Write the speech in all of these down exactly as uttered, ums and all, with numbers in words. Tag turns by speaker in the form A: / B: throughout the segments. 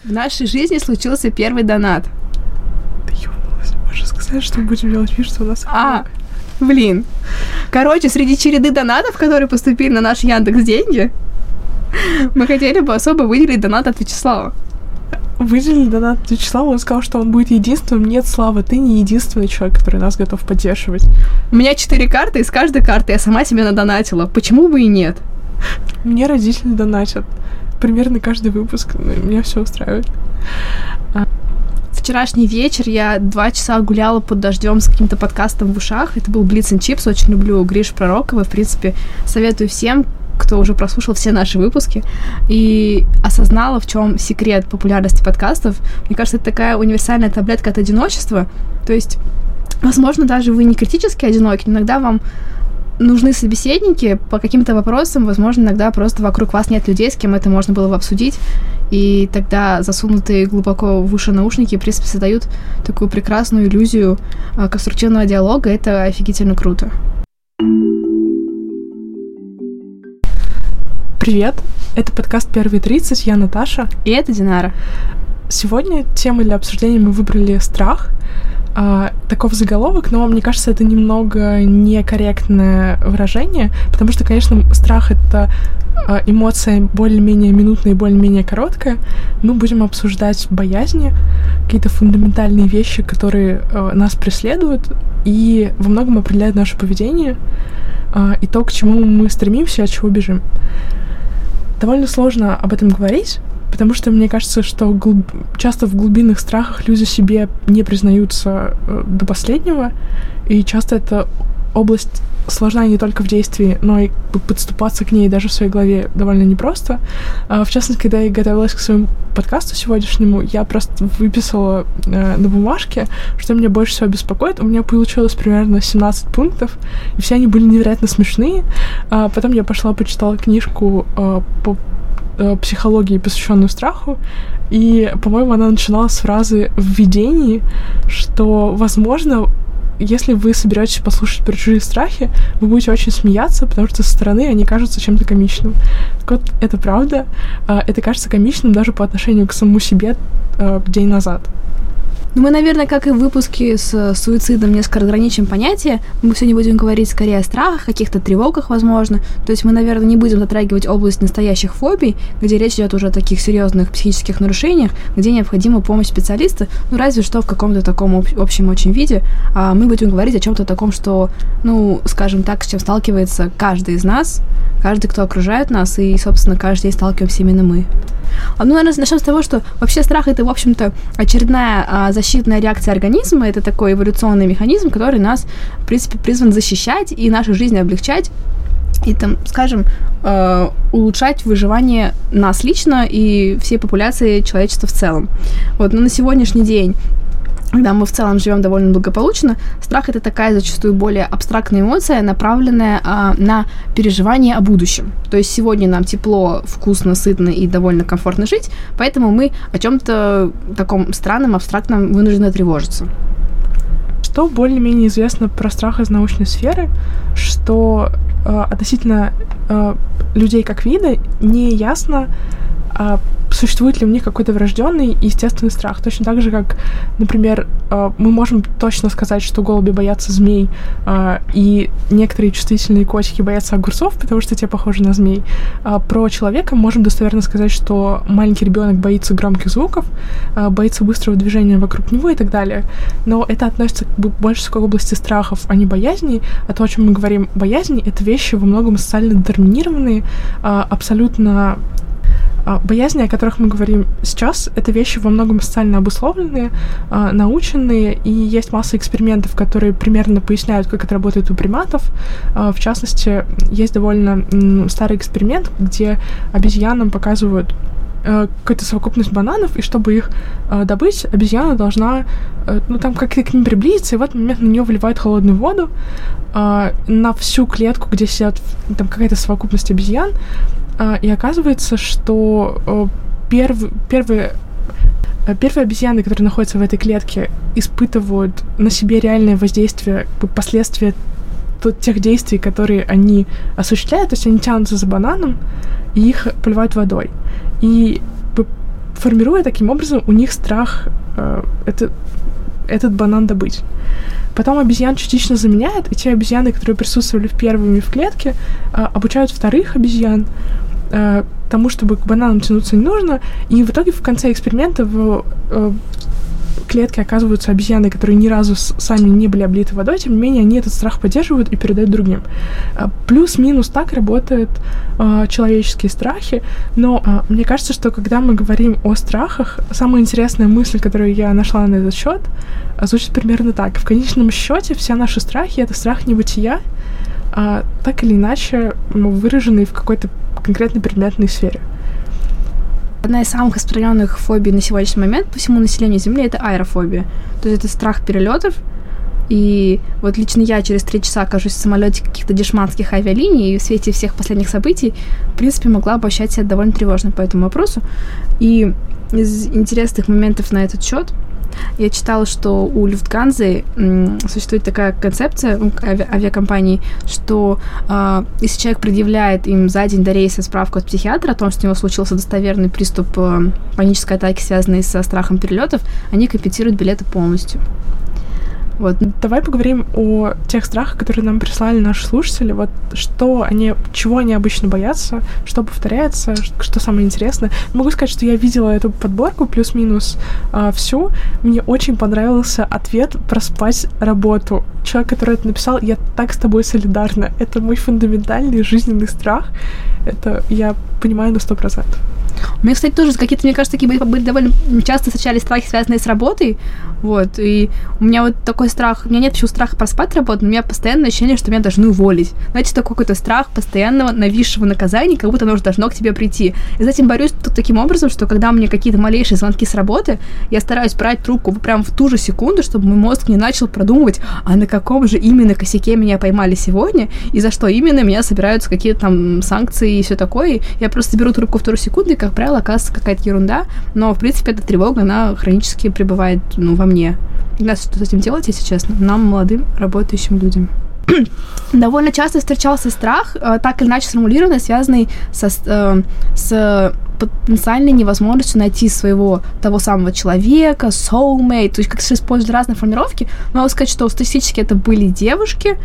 A: В нашей жизни случился первый донат.
B: Ты ёбнулась. Мы же сказали, что мы будем делать вид, что у нас...
A: А, блин. Короче, среди череды донатов, которые поступили на наш Яндекс.Деньги, мы хотели бы особо выделить донат от Вячеслава.
B: Выделили донат от Вячеслава, он сказал, что он будет единственным. Нет, Слава, ты не единственный человек, который нас готов поддерживать.
A: У меня четыре карты, из каждой карты я сама себе надонатила. Почему бы и нет?
B: Мне родители донатят. Примерно каждый выпуск. Меня все устраивает.
A: Вчерашний вечер я два часа гуляла под дождем с каким-то подкастом в ушах. Это был Blitz and Chips. Очень люблю Гришу Пророкова. В принципе, советую всем, кто уже прослушал все наши выпуски и осознала, в чем секрет популярности подкастов. Мне кажется, это такая универсальная таблетка от одиночества. То есть, возможно, даже вы не критически одиноки, но иногда вам нужны собеседники по каким-то вопросам, возможно, иногда просто вокруг вас нет людей, с кем это можно было бы обсудить, и тогда засунутые глубоко в уши наушники, в принципе, создают такую прекрасную иллюзию конструктивного диалога. Это офигительно круто.
B: Привет, это подкаст «Первые тридцать», я Наташа.
A: И это Динара.
B: Сегодня темой для обсуждения мы выбрали страх. А, таков заголовок, но мне кажется, это немного некорректное выражение, потому что, конечно, страх — это а, эмоция более-менее минутная и более-менее короткая. Мы будем обсуждать боязни, какие-то фундаментальные вещи, которые а, нас преследуют и во многом определяют наше поведение, а, и то, к чему мы стремимся, от чего бежим. Довольно сложно об этом говорить, потому что мне кажется, что глуб... часто в глубинных страхах люди себе не признаются э, до последнего, и часто эта область сложна не только в действии, но и подступаться к ней даже в своей голове довольно непросто. А, в частности, когда я готовилась к своему подкасту сегодняшнему, я просто выписала э, на бумажке, что меня больше всего беспокоит. У меня получилось примерно семнадцать пунктов, и все они были невероятно смешные. А, потом я пошла, почитала книжку э, по психологии, посвященную страху, и, по-моему, она начиналась с фразы в введении, что, возможно, если вы соберетесь послушать про чужие страхи, вы будете очень смеяться, потому что со стороны они кажутся чем-то комичным. Так вот, это правда. Это кажется комичным даже по отношению к самому себе день назад.
A: Мы, наверное, как и в выпуске с суицидом, несколько разграничим понятия. Мы сегодня будем говорить скорее о страхах, каких-то тревогах, возможно. То есть мы, наверное, не будем затрагивать область настоящих фобий, где речь идет уже о таких серьезных психических нарушениях, где необходима помощь специалиста, ну, разве что в каком-то таком об- общем очень виде. А мы будем говорить о чем-то таком, что, ну, скажем так, с чем сталкивается каждый из нас, каждый, кто окружает нас, и, собственно, каждый день сталкиваемся именно мы. Ну, наверное, начнем с того, что вообще страх — это, в общем-то, очередная а, защитная реакция организма, это такой эволюционный механизм, который нас, в принципе, призван защищать и нашу жизнь облегчать, и, там, скажем, э, улучшать выживание нас лично и всей популяции человечества в целом. Вот, но на сегодняшний день, когда мы в целом живем довольно благополучно, страх — это такая зачастую более абстрактная эмоция, направленная а, на переживание о будущем. То есть сегодня нам тепло, вкусно, сытно и довольно комфортно жить, поэтому мы о чем-то таком странном, абстрактном вынуждены тревожиться.
B: Что более-менее известно про страх из научной сферы, что э, относительно э, людей как вида не ясно, э, существует ли у них какой-то врожденный и естественный страх. Точно так же, как, например, мы можем точно сказать, что голуби боятся змей, и некоторые чувствительные котики боятся огурцов, потому что те похожи на змей. Про человека можем достоверно сказать, что маленький ребенок боится громких звуков, боится быстрого движения вокруг него и так далее. Но это относится больше к области страхов, а не боязней. А то, о чем мы говорим, боязни — это вещи во многом социально детерминированные, абсолютно... Боязни, о которых мы говорим сейчас, это вещи во многом социально обусловленные, э, наученные, и есть масса экспериментов, которые примерно поясняют, как это работает у приматов. Э, в частности, есть довольно м, старый эксперимент, где обезьянам показывают э, какую-то совокупность бананов, и чтобы их э, добыть, обезьяна должна, э, ну, там, как-то к ним приблизиться, и в этот момент на нее выливают холодную воду э, на всю клетку, где сидят там какая-то совокупность обезьян. И оказывается, что э, перв, первые, э, первые обезьяны, которые находятся в этой клетке, испытывают на себе реальное воздействие, последствия тех действий, которые они осуществляют. То есть они тянутся за бананом, и их поливают водой. И формируя таким образом у них страх э, это, этот банан добыть. Потом обезьян частично заменяют, и те обезьяны, которые присутствовали в первыми в клетке, э, обучают вторых обезьян э, тому, чтобы к бананам тянуться не нужно, и в итоге в конце эксперимента в э, клетке оказываются обезьяны, которые ни разу с- сами не были облиты водой, тем не менее они этот страх поддерживают и передают другим. Э, плюс-минус так работают э, человеческие страхи, но э, мне кажется, что когда мы говорим о страхах, самая интересная мысль, которую я нашла на этот счет, звучит примерно так. В конечном счете все наши страхи — это страх небытия, э, так или иначе выраженный в какой-то конкретной предметной сфере.
A: Одна из самых распространенных фобий на сегодняшний момент по всему населению Земли — это аэрофобия. То есть это страх перелетов. И вот лично я через три часа окажусь в самолете каких-то дешманских авиалиний, и в свете всех последних событий, в принципе, могла бы ощущать себя довольно тревожно по этому вопросу. И из интересных моментов на этот счет я читала, что у Люфтганзы м, существует такая концепция у ави- авиакомпаний, что э, если человек предъявляет им за день до рейса справку от психиатра о том, что у него случился достоверный приступ э, панической атаки, связанный со страхом перелетов, они компенсируют билеты полностью. Вот.
B: Давай поговорим о тех страхах, которые нам прислали наши слушатели. Вот что они, чего они обычно боятся, что повторяется, что самое интересное. Могу сказать, что я видела эту подборку плюс-минус э, всю. Мне очень понравился ответ проспать работу. Человек, который это написал, я так с тобой солидарна. Это мой фундаментальный жизненный страх. Это я понимаю на сто процентов.
A: У меня, кстати, тоже какие-то, мне кажется, такие были, были довольно часто встречались страхи, связанные с работой. Вот, и у меня вот такой страх, у меня нет еще страха проспать работу, но у меня постоянное ощущение, что меня должны уволить. Знаете, такой какой-то страх постоянного нависшего наказания, как будто оно уже должно к тебе прийти. И с этим борюсь таким образом, что когда у меня какие-то малейшие звонки с работы, я стараюсь брать трубку прямо в ту же секунду, чтобы мой мозг не начал продумывать, а на каком же именно косяке меня поймали сегодня, и за что именно меня собираются какие-то там санкции и все такое. Я просто беру трубку в ту же секунду, и, как правило, оказывается какая-то ерунда, но, в принципе, эта тревога, она хронически пребывает, ну, во мне. Не знаю, что с этим делать, если честно, нам, молодым, работающим людям. Довольно часто встречался страх, э, так или иначе сформулированный, связанный со, э, с потенциальной невозможностью найти своего того самого человека, soulmate, то есть как-то используют разные формулировки. Но могу сказать, что статистически это были девушки,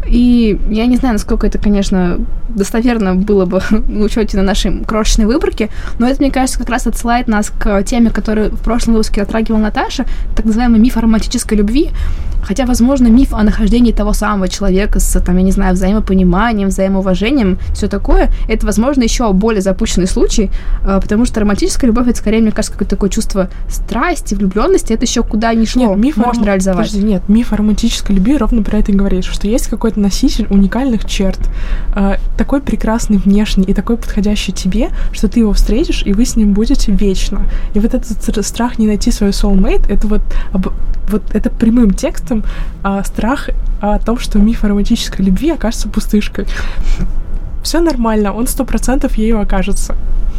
A: и я не знаю, насколько это, конечно, достоверно было бы в учете на нашей крошечной выборке, но это, мне кажется, как раз отсылает нас к теме, которую в прошлом выпуске затрагивала Наташа, так называемый миф о романтической любви. Хотя, возможно, миф о нахождении того самого человека с, там, я не знаю, взаимопониманием, взаимоуважением, все такое, это, возможно, еще более запущенный случай, потому что романтическая любовь — это, скорее, мне кажется, какое-то такое чувство страсти, влюбленности, это еще куда ни шло,
B: нет, миф
A: можно
B: ром...
A: реализовать.
B: Подожди, нет, миф о романтической любви ровно про это и говорит, что есть какой-то носитель уникальных черт, э, такой прекрасный внешний и такой подходящий тебе, что ты его встретишь, и вы с ним будете вечно. И вот этот страх не найти свой soulmate, это вот, об, вот это прямым текстом э, страх о том, что миф о романтической любви окажется пустышкой. Все нормально, он сто процентов ею окажется.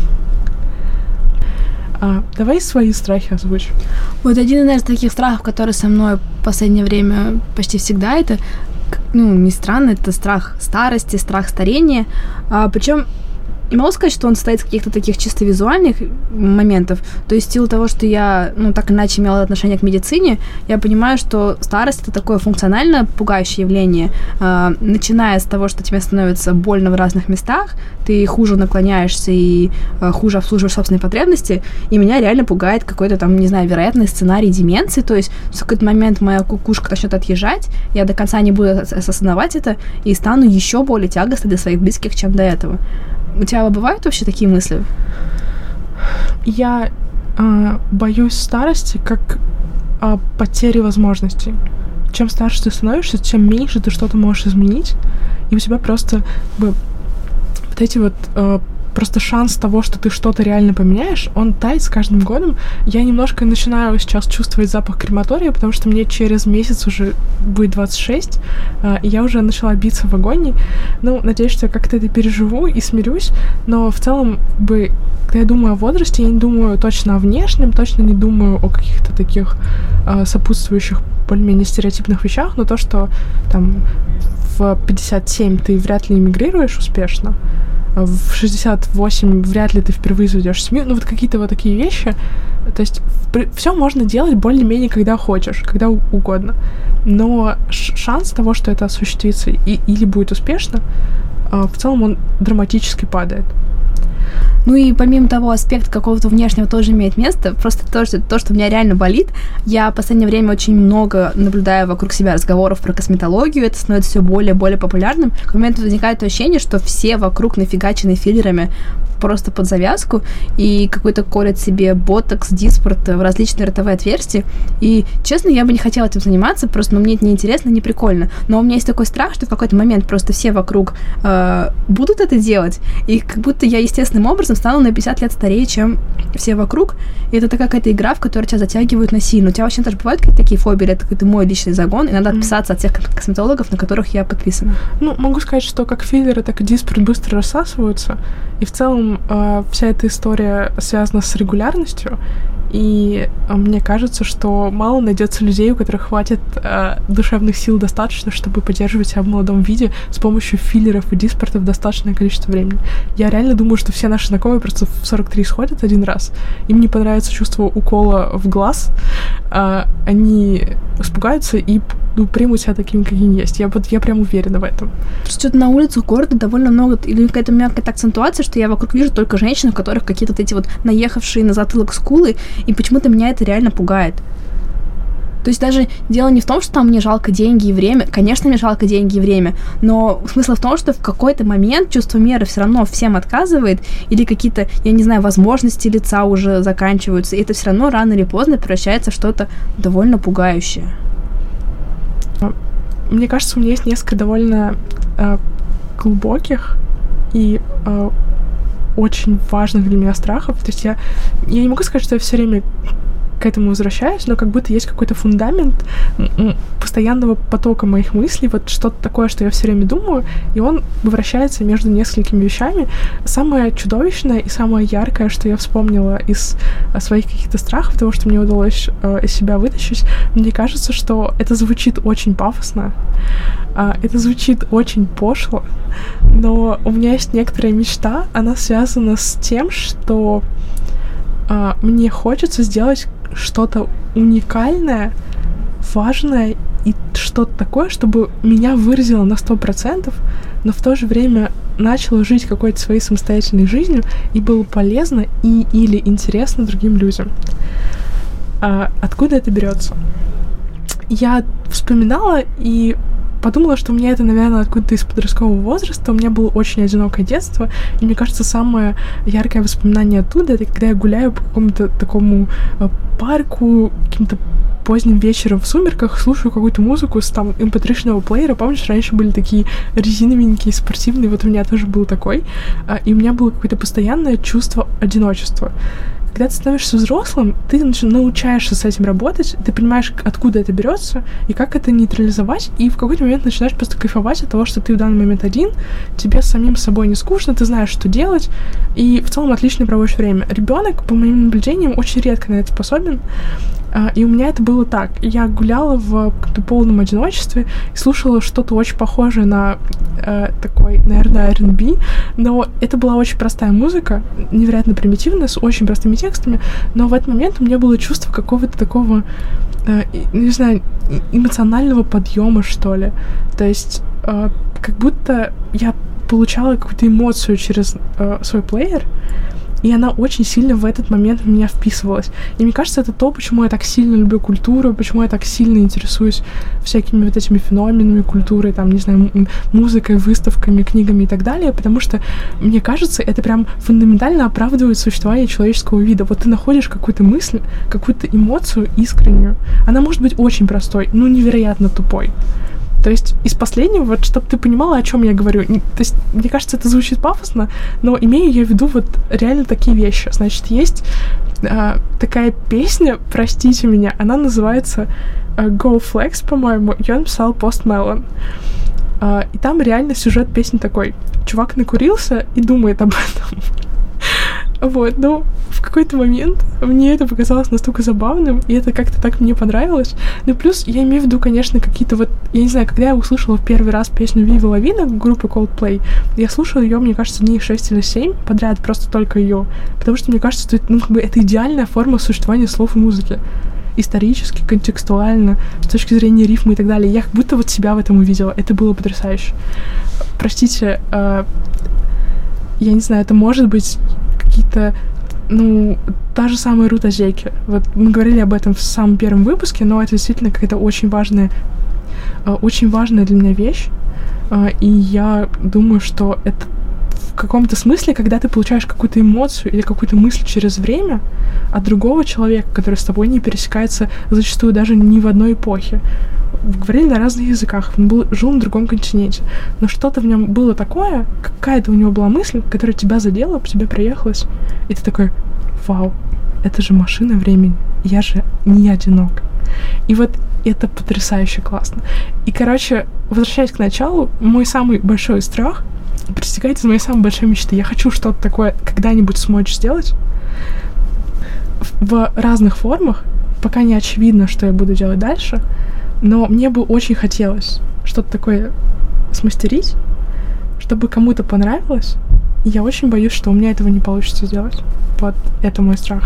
B: А, давай свои страхи озвучь.
A: Вот один из таких страхов, который со мной в последнее время почти всегда, это, ну, не странно, это страх старости, страх старения. А, причем не могу сказать, что он состоит из каких-то таких чисто визуальных моментов. То есть в силу того, что я, ну, так или иначе имела отношение к медицине, я понимаю, что старость — это такое функционально пугающее явление. Э, начиная с того, что тебе становится больно в разных местах, ты хуже наклоняешься и э, хуже обслуживаешь собственные потребности, и меня реально пугает какой-то там, не знаю, вероятный сценарий деменции. То есть в какой-то момент моя кукушка начнет отъезжать, я до конца не буду осознавать это и стану еще более тягостной для своих близких, чем до этого. У тебя бывают вообще такие мысли?
B: Я э, боюсь старости как э, потери возможностей. Чем старше ты становишься, тем меньше ты что-то можешь изменить, и у тебя просто бы, вот эти вот э, просто шанс того, что ты что-то реально поменяешь, он тает с каждым годом. Я немножко начинаю сейчас чувствовать запах крематория, потому что мне через месяц уже будет двадцать шесть, и я уже начала биться в агонии. Ну, надеюсь, что я как-то это переживу и смирюсь, но в целом, бы, когда я думаю о возрасте, я не думаю точно о внешнем, точно не думаю о каких-то таких э, сопутствующих более-менее стереотипных вещах, но то, что там в пятьдесят семь ты вряд ли эмигрируешь успешно, в шестьдесят восемь вряд ли ты впервые заведешь семью, ну вот какие-то вот такие вещи. То есть все можно делать более-менее, когда хочешь, когда угодно. Но шанс того, что это осуществится и, или будет успешно, в целом он драматически падает.
A: Ну и помимо того, аспект какого-то внешнего тоже имеет место. Просто то, что, то, что у меня реально болит. Я в последнее время очень много наблюдаю вокруг себя разговоров про косметологию. Это становится все более и более популярным. В какой момент возникает ощущение, что все вокруг нафигачены филлерами просто под завязку, и какой-то колят себе ботокс, диспорт в различные ротовые отверстия. И, честно, я бы не хотела этим заниматься, просто ну, мне это неинтересно, не прикольно. Но у меня есть такой страх, что в какой-то момент просто все вокруг э, будут это делать, и как будто я естественным образом стану на пятьдесят лет старее, чем все вокруг. И это такая какая-то игра, в которой тебя затягивают насильно. У тебя вообще тоже бывают какие-то такие фобии, или это какой-то мой личный загон, и надо mm-hmm. отписаться от всех косметологов, на которых я подписана?
B: Ну, могу сказать, что как филлеры, так и диспорт быстро рассасываются, и в целом э, вся эта история связана с регулярностью, и э, мне кажется, что мало найдется людей, у которых хватит э, душевных сил достаточно, чтобы поддерживать себя в молодом виде с помощью филлеров и диспортов достаточное количество времени. Я реально думаю, что все наши знакомые просто в сорок три сходят один раз, им не понравится чувство укола в глаз, э, они испугаются и ну, примут себя такими, какими есть. Я, вот, я прям уверена в этом.
A: Просто что-то на улицах города довольно много, или какая-то у меня какая-то акцентуация, что я вокруг вижу только женщин, у которых какие-то вот эти вот наехавшие на затылок скулы, и почему-то меня это реально пугает. То есть даже дело не в том, что там мне жалко деньги и время. Конечно, мне жалко деньги и время, но смысл в том, что в какой-то момент чувство меры все равно всем отказывает, или какие-то, я не знаю, возможности лица уже заканчиваются, и это все равно рано или поздно превращается в что-то довольно пугающее.
B: Мне кажется, у меня есть несколько довольно э, глубоких и э, очень важных для меня страхов. То есть я, я не могу сказать, что я все время к этому возвращаюсь, но как будто есть какой-то фундамент постоянного потока моих мыслей, вот что-то такое, что я все время думаю, и он вращается между несколькими вещами. Самое чудовищное и самое яркое, что я вспомнила из своих каких-то страхов, того, что мне удалось э, из себя вытащить, мне кажется, что это звучит очень пафосно, э, это звучит очень пошло, но у меня есть некоторая мечта, она связана с тем, что э, мне хочется сделать что-то уникальное, важное и что-то такое, чтобы меня выразило на сто процентов, но в то же время начало жить какой-то своей самостоятельной жизнью и было полезно и или интересно другим людям. А откуда это берется? Я вспоминала и подумала, что у меня это, наверное, откуда-то из подросткового возраста. У меня было очень одинокое детство, и мне кажется, самое яркое воспоминание оттуда — это когда я гуляю по какому-то такому парку, каким-то поздним вечером в сумерках, слушаю какую-то музыку с там эм пэ три-шного плеера. Помнишь, раньше были такие резиновенькие, спортивные, вот у меня тоже был такой, и у меня было какое-то постоянное чувство одиночества. Когда ты становишься взрослым, ты научаешься с этим работать, ты понимаешь, откуда это берется и как это нейтрализовать, и в какой-то момент начинаешь просто кайфовать от того, что ты в данный момент один, тебе самим собой не скучно, ты знаешь, что делать, и в целом отлично проводишь время. Ребенок, по моим наблюдениям, очень редко на это способен, и у меня это было так. Я гуляла в полном одиночестве и слушала что-то очень похожее на э, такой, наверное, ар энд би, но это была очень простая музыка, невероятно примитивная, с очень простыми текстами, но в этот момент у меня было чувство какого-то такого, э, не знаю, эмоционального подъема, что ли. То есть э, как будто я получала какую-то эмоцию через э, свой плеер, и она очень сильно в этот момент в меня вписывалась. И мне кажется, это то, почему я так сильно люблю культуру, почему я так сильно интересуюсь всякими вот этими феноменами культуры, там, не знаю, м- музыкой, выставками, книгами и так далее, потому что, мне кажется, это прям фундаментально оправдывает существование человеческого вида. Вот ты находишь какую-то мысль, какую-то эмоцию искреннюю. Она может быть очень простой, но невероятно тупой. То есть из последнего, вот, чтобы ты понимала, о чем я говорю. То есть, мне кажется, это звучит пафосно, но имею я в виду вот реально такие вещи. Значит, есть э, такая песня, простите меня, она называется э, Go Flex, по-моему, ее написал Post Malone. Э, и там реально сюжет песни такой. Чувак накурился и думает об этом. Вот, ну, какой-то момент мне это показалось настолько забавным, и это как-то так мне понравилось. Ну, плюс я имею в виду, конечно, какие-то вот... Я не знаю, когда я услышала в первый раз песню Viva La Vida группы Coldplay, я слушала ее, мне кажется, дней шесть или семь подряд, просто только ее. Потому что мне кажется, что это, ну, как бы это идеальная форма существования слов и музыки. Исторически, контекстуально, с точки зрения рифмы и так далее. Я как будто вот себя в этом увидела. Это было потрясающе. Простите, э, я не знаю, это может быть какие-то, ну, та же самая Рута Озейки. Вот мы говорили об этом в самом первом выпуске, но это действительно какая-то очень важная, э, очень важная для меня вещь. Э, и я думаю, что это в каком-то смысле, когда ты получаешь какую-то эмоцию или какую-то мысль через время от другого человека, который с тобой не пересекается зачастую даже ни в одной эпохе. Говорили на разных языках, он был, жил на другом континенте, но что-то в нем было такое, какая-то у него была мысль, которая тебя задела, по тебе проехалась, и ты такой: вау, это же машина времени, я же не одинок. И вот это потрясающе классно. И, короче, возвращаясь к началу, мой самый большой страх проистекает из моей самой большой мечты. Я хочу что-то такое когда-нибудь смочь сделать в разных формах, пока не очевидно, что я буду делать дальше, но мне бы очень хотелось что-то такое смастерить, чтобы кому-то понравилось, и я очень боюсь, что у меня этого не получится сделать. Вот это мой страх.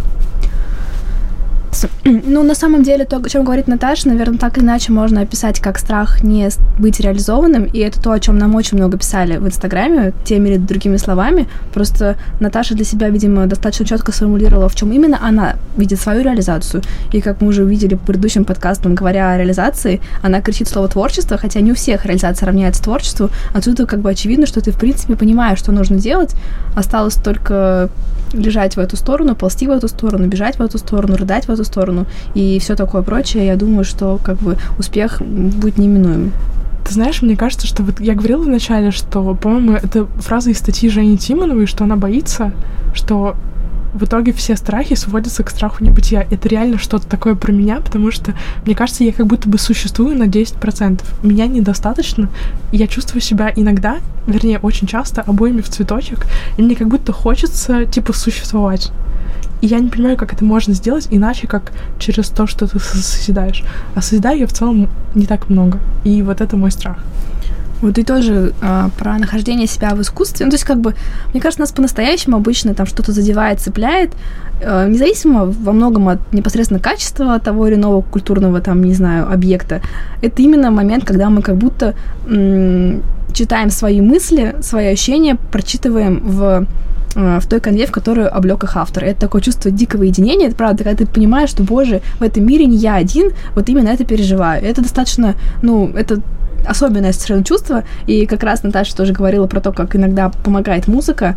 A: Ну, на самом деле, то, о чем говорит Наташа, наверное, так или иначе можно описать как страх не быть реализованным, и это то, о чем нам очень много писали в Инстаграме, теми или другими словами. Просто Наташа для себя, видимо, достаточно четко сформулировала, в чем именно она видит свою реализацию. И как мы уже увидели по предыдущим подкастам, говоря о реализации, она кричит слово «творчество», хотя не у всех реализация равняется творчеству. Отсюда как бы очевидно, что ты, в принципе, понимаешь, что нужно делать. Осталось только лежать в эту сторону, ползти в эту сторону, бежать в эту сторону, рыдать в эту сторону и все такое прочее. Я думаю, что как бы успех будет неминуем.
B: Ты знаешь, мне кажется, что вот я говорила вначале, что, по-моему, это фраза из статьи Жени Тимоновой, что она боится, что в итоге все страхи сводятся к страху небытия. Это реально что-то такое про меня, потому что, мне кажется, я как будто бы существую на десять процентов. Меня недостаточно, и я чувствую себя иногда, вернее, очень часто, обоими в цветочек, и мне как будто хочется, типа, существовать. И я не понимаю, как это можно сделать иначе, как через то, что ты созидаешь. А созидаю я в целом не так много. И вот это мой страх.
A: Вот и тоже а, про нахождение себя в искусстве. Ну, то есть, как бы, мне кажется, нас по-настоящему обычно там что-то задевает, цепляет, а, независимо во многом от непосредственно качества того или иного культурного, там, не знаю, объекта. Это именно момент, когда мы как будто м- читаем свои мысли, свои ощущения, прочитываем в в той конве, в которую облёк их автор. Это такое чувство дикого единения. Это правда, когда ты понимаешь, что, боже, в этом мире не я один, вот именно это переживаю. Это достаточно, ну, это особенное совершенно чувство, и как раз Наташа тоже говорила про то, как иногда помогает музыка.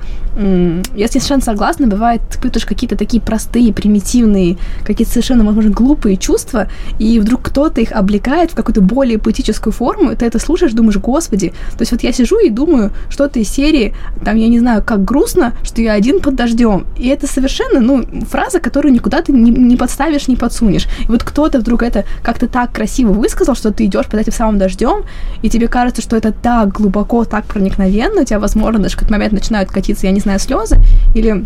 A: Я совершенно согласна, бывает, испытываешь какие-то такие простые, примитивные, какие-то совершенно, возможно, глупые чувства, и вдруг кто-то их облекает в какую-то более поэтическую форму, и ты это слушаешь, думаешь: господи. То есть вот я сижу и думаю что-то из серии, там, я не знаю, как грустно, что я один под дождем. И это совершенно, ну, фраза, которую никуда ты не, не подставишь, не подсунешь. И вот кто-то вдруг это как-то так красиво высказал, что ты идешь под этим самым дождем, и тебе кажется, что это так глубоко, так проникновенно, у тебя, возможно, даже в какой-то момент начинают катиться, я не знаю, слезы, или...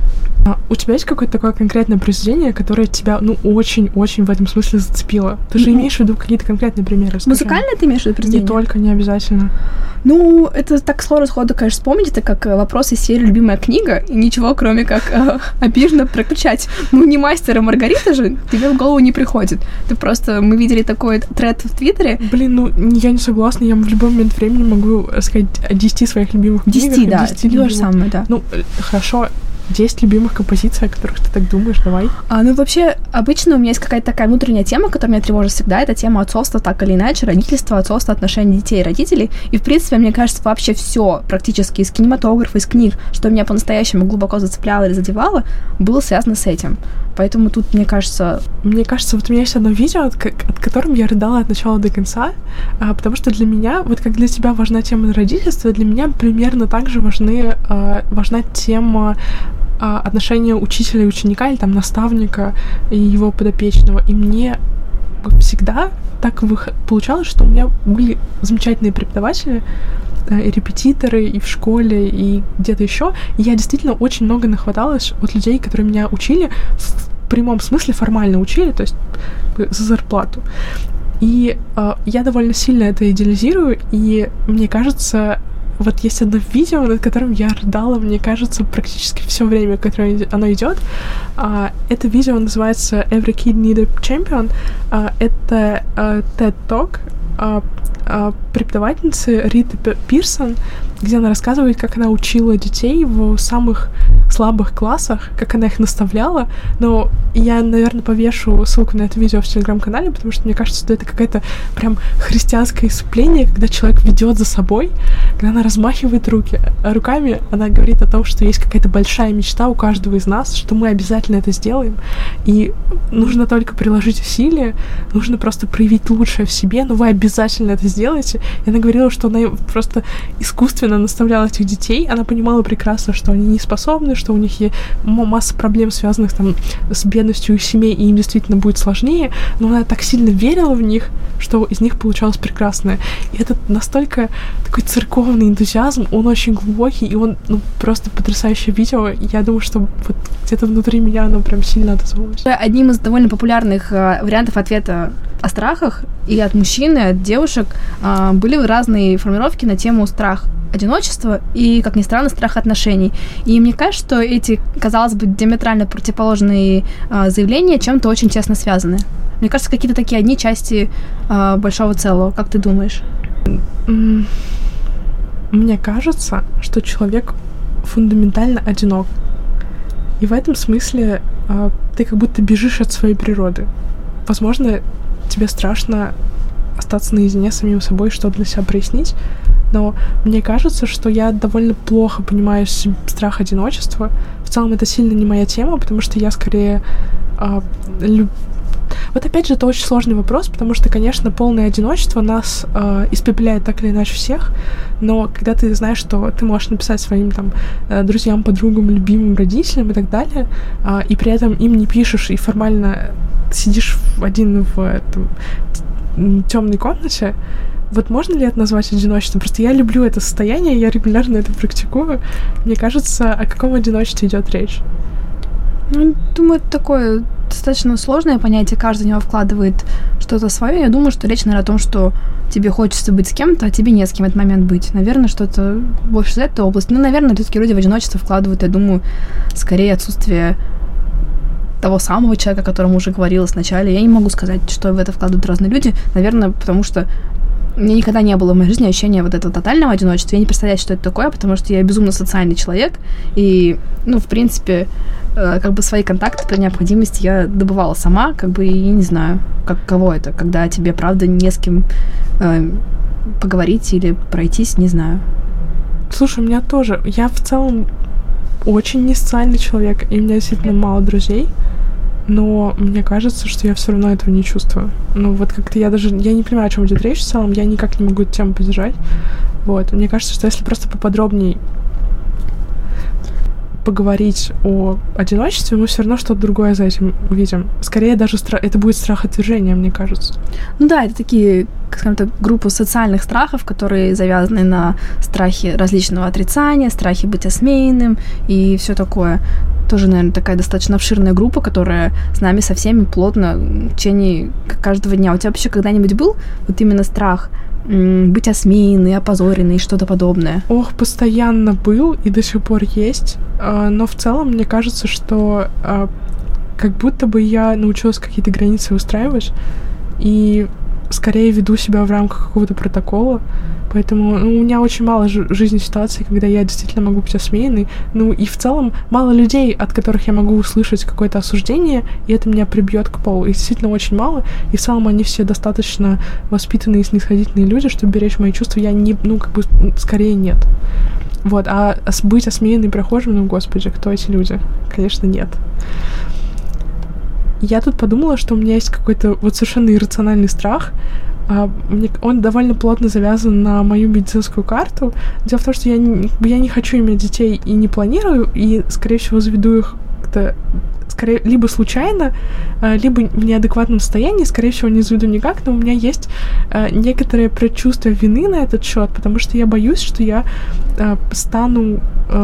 B: А у тебя есть какое-то такое конкретное произведение, которое тебя, ну, очень-очень в этом смысле зацепило? Ты же mm-hmm. имеешь в виду какие-то конкретные примеры? Скажи.
A: Музыкальное ты имеешь в виду произведение?
B: Не только, не обязательно.
A: Ну, это так сложно сходу, конечно, вспомнить, это как вопрос из серии «Любимая книга», и ничего, кроме как э, обиженно прокричать. Ну, не «Мастер и Маргарита» же тебе в голову не приходит. Ты просто... Мы видели такой тред в Твиттере.
B: Блин, ну, я не согласна, я в любой момент времени могу сказать о десяти своих любимых книгах.
A: Десяти, да, это то же самое, да.
B: Ну, хорошо. десять любимых композиций, о которых ты так думаешь, давай.
A: А, ну, вообще, обычно у меня есть какая-то такая внутренняя тема, которая меня тревожит всегда. Это тема отцовства, так или иначе, родительства, отцовства, отношений детей и родителей. И, в принципе, мне кажется, вообще все практически из кинематографа, из книг, что меня по-настоящему глубоко зацепляло или задевало, было связано с этим. Поэтому тут, мне кажется...
B: Мне кажется, вот у меня есть одно видео, от, от которым я рыдала от начала до конца, а, потому что для меня, вот как для тебя важна тема родительства, для меня примерно так же важны, а, важна тема отношения учителя и ученика, или там наставника и его подопечного. И мне всегда так получалось, что у меня были замечательные преподаватели, и репетиторы, и в школе, и где-то еще. И я действительно очень много нахваталась от людей, которые меня учили, в прямом смысле формально учили, то есть за зарплату. И э, я довольно сильно это идеализирую, и мне кажется, вот есть одно видео, над которым я рыдала, мне кажется, практически все время, которое оно идет. Uh, это видео называется «Every Kid Need a Champion». Uh, это uh, TED Talk uh, uh, преподавательницы Риты Пирсон, где она рассказывает, как она учила детей в самых слабых классах, как она их наставляла. Но я, наверное, повешу ссылку на это видео в Телеграм-канале, потому что мне кажется, что это какое-то прям христианское исцепление, когда человек ведет за собой, когда она размахивает руки, руками, она говорит о том, что есть какая-то большая мечта у каждого из нас, что мы обязательно это сделаем, и нужно только приложить усилия, нужно просто проявить лучшее в себе, но вы обязательно это сделаете. И она говорила, что она просто искусственно наставляла этих детей, она понимала прекрасно, что они не способны, что у них есть масса проблем, связанных там с бедностью их семей, и им действительно будет сложнее, но она так сильно верила в них, что из них получалось прекрасное. И это настолько такой церковный энтузиазм, он очень глубокий, и он, ну, просто потрясающее видео. Я думаю, что вот где-то внутри меня оно прям сильно отозвалось.
A: Одним из довольно популярных э, вариантов ответа о страхах и от мужчин, и от девушек э, были разные формулировки на тему страх одиночества и, как ни странно, страх отношений. И мне кажется, что эти, казалось бы, диаметрально противоположные э, заявления чем-то очень тесно связаны. Мне кажется, какие-то такие одни части э, большого целого. Как ты думаешь?
B: Мне кажется, что человек фундаментально одинок. И в этом смысле э, ты как будто бежишь от своей природы. Возможно, тебе страшно остаться наедине с самим собой, что для себя прояснить, но мне кажется, что я довольно плохо понимаю страх одиночества. В целом это сильно не моя тема, потому что я скорее э, люб... Вот опять же, это очень сложный вопрос, потому что, конечно, полное одиночество нас э, испепеляет так или иначе всех, но когда ты знаешь, что ты можешь написать своим там друзьям, подругам, любимым, родителям и так далее, э, и при этом им не пишешь, и формально сидишь один в темной комнате, вот можно ли это назвать одиночеством? Просто я люблю это состояние, я регулярно это практикую. Мне кажется, о каком одиночестве идет речь?
A: Ну, думаю, это такое достаточно сложное понятие, каждый в него вкладывает что-то свое. Я думаю, что речь, наверное, о том, что тебе хочется быть с кем-то, а тебе не с кем в этот момент быть. Наверное, что-то больше за эту область. Ну, наверное, все-таки люди в одиночество вкладывают, я думаю, скорее отсутствие того самого человека, о котором уже говорила сначала. Я не могу сказать, что в это вкладывают разные люди. Наверное, потому что у меня никогда не было в моей жизни ощущения вот этого тотального одиночества. Я не представляю, что это такое, потому что я безумно социальный человек. И, ну, в принципе, э, как бы свои контакты при необходимости я добывала сама, как бы, и не знаю, как, кого это, когда тебе, правда, не с кем э, поговорить или пройтись, не знаю.
B: Слушай, у меня тоже. Я в целом очень не социальный человек, и у меня действительно мало друзей. Но мне кажется, что я все равно этого не чувствую. Ну, вот как-то я даже... Я не понимаю, о чем идет речь в целом. Я никак не могу эту тему поддержать. Вот. Мне кажется, что если просто поподробней поговорить о одиночестве, мы все равно что-то другое за этим увидим. Скорее даже стра... это будет страх отвержения, мне кажется.
A: Ну да, это такие, скажем так, группы социальных страхов, которые завязаны на страхе различного отрицания, страхе быть осмеянным и все такое. Тоже, наверное, такая достаточно обширная группа, которая с нами со всеми плотно в течение каждого дня. У тебя вообще когда-нибудь был вот именно страх м- быть осмеянной, опозоренной и что-то подобное?
B: Ох, постоянно был и до сих пор есть. А, но в целом мне кажется, что а, как будто бы я научилась какие-то границы устраивать и скорее веду себя в рамках какого-то протокола. Поэтому ну, у меня очень мало ж- жизни ситуаций, когда я действительно могу быть осмеянной. Ну и в целом мало людей, от которых я могу услышать какое-то осуждение, и это меня прибьет к полу. Их действительно очень мало. И в целом они все достаточно воспитанные и снисходительные люди, чтобы беречь мои чувства. Я не, ну, как бы, скорее нет. Вот, а быть осмеянной прохожим, ну, господи, кто эти люди? Конечно, нет. Я тут подумала, что у меня есть какой-то вот совершенно иррациональный страх. Uh, мне, он довольно плотно завязан на мою медицинскую карту. Дело в том, что я не, я не хочу иметь детей и не планирую, и, скорее всего, заведу их как-то скорее, либо случайно, либо в неадекватном состоянии, скорее всего, не заведу никак, но у меня есть некоторое предчувствие вины на этот счет, потому что я боюсь, что я стану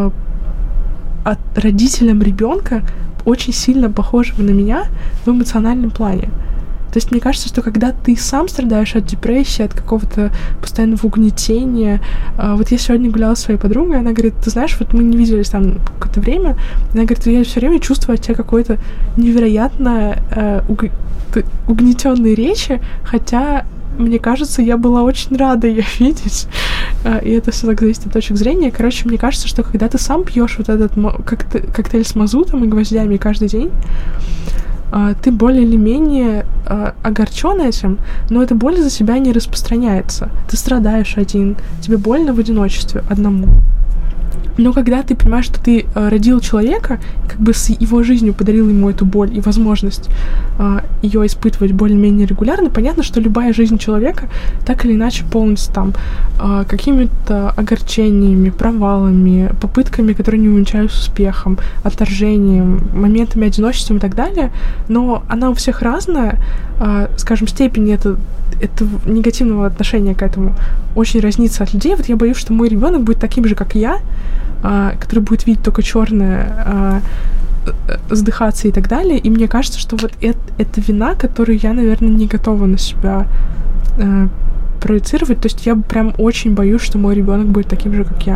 B: от родителям ребенка очень сильно похожего на меня в эмоциональном плане. То есть мне кажется, что когда ты сам страдаешь от депрессии, от какого-то постоянного угнетения... Э, вот я сегодня гуляла со своей подругой, она говорит, ты знаешь, вот мы не виделись там какое-то время, она говорит, я все время чувствую от тебя какое-то невероятно э, уг... угнетенные речи, хотя, мне кажется, я была очень рада ее видеть. Э, и это все так зависит от точек зрения. Короче, мне кажется, что когда ты сам пьешь вот этот коктейль, коктейль с мазутом и гвоздями каждый день, ты более или менее э, огорчен этим, но эта боль за себя не распространяется. Ты страдаешь один, тебе больно в одиночестве одному. Но когда ты понимаешь, что ты э, родил человека, как бы с его жизнью подарил ему эту боль и возможность э, ее испытывать более-менее регулярно, понятно, что любая жизнь человека так или иначе полностью там э, какими-то огорчениями, провалами, попытками, которые не увенчаются успехом, отторжением, моментами одиночества и так далее, но она у всех разная, э, скажем, степень это, это негативного отношения к этому очень разнится от людей. Вот я боюсь, что мой ребенок будет таким же, как я, который будет видеть только черное, сдыхаться и так далее. И мне кажется, что вот это, это вина, которую я, наверное, не готова на себя э, проецировать. То есть я прям очень боюсь, что мой ребенок будет таким же, как я.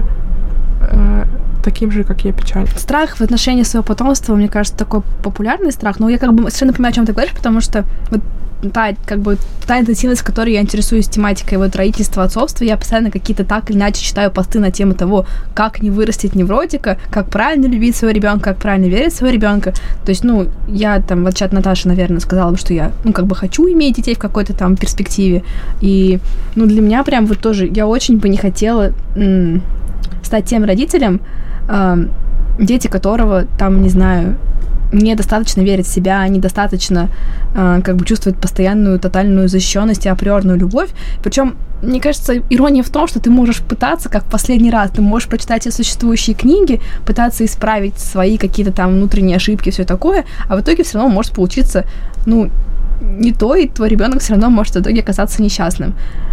B: Э, таким же, как я, печаль.
A: Страх в отношении своего потомства, мне кажется, такой популярный страх. Но я как бы совершенно понимаю, о чем ты говоришь, потому что вот та, как бы, та интенсивность, с которой я интересуюсь тематикой вот родительства, отцовства, я постоянно какие-то так или иначе читаю посты на тему того, как не вырастить невротика, как правильно любить своего ребенка, как правильно верить в своего ребенка. То есть, ну, я там, вот чат Наташа, наверное, сказала бы, что я, ну, как бы хочу иметь детей в какой-то там перспективе. И, ну, для меня прям вот тоже, я очень бы не хотела м- стать тем родителем, э- дети которого там, не знаю, недостаточно верит в себя, недостаточно э, как бы чувствует постоянную тотальную защищенность и априорную любовь. Причем, мне кажется, ирония в том, что ты можешь пытаться, как в последний раз, ты можешь прочитать все существующие книги, пытаться исправить свои какие-то там внутренние ошибки, все такое, а в итоге все равно может получиться, ну, не то, и твой ребенок все равно может в итоге оказаться несчастным.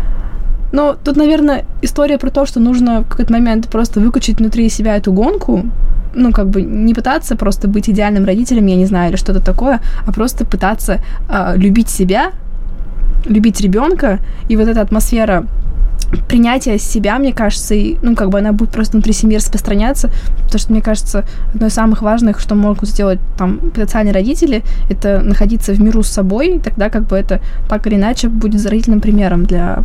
A: Но тут, наверное, история про то, что нужно в какой-то момент просто выключить внутри себя эту гонку, ну, как бы не пытаться просто быть идеальным родителем, я не знаю, или что-то такое, а просто пытаться э, любить себя, любить ребенка, и вот эта атмосфера принятия себя, мне кажется, и, ну, как бы она будет просто внутри семьи распространяться, потому что, мне кажется, одно из самых важных, что могут сделать там потенциальные родители, это находиться в миру с собой, и тогда как бы это так или иначе будет заразительным примером для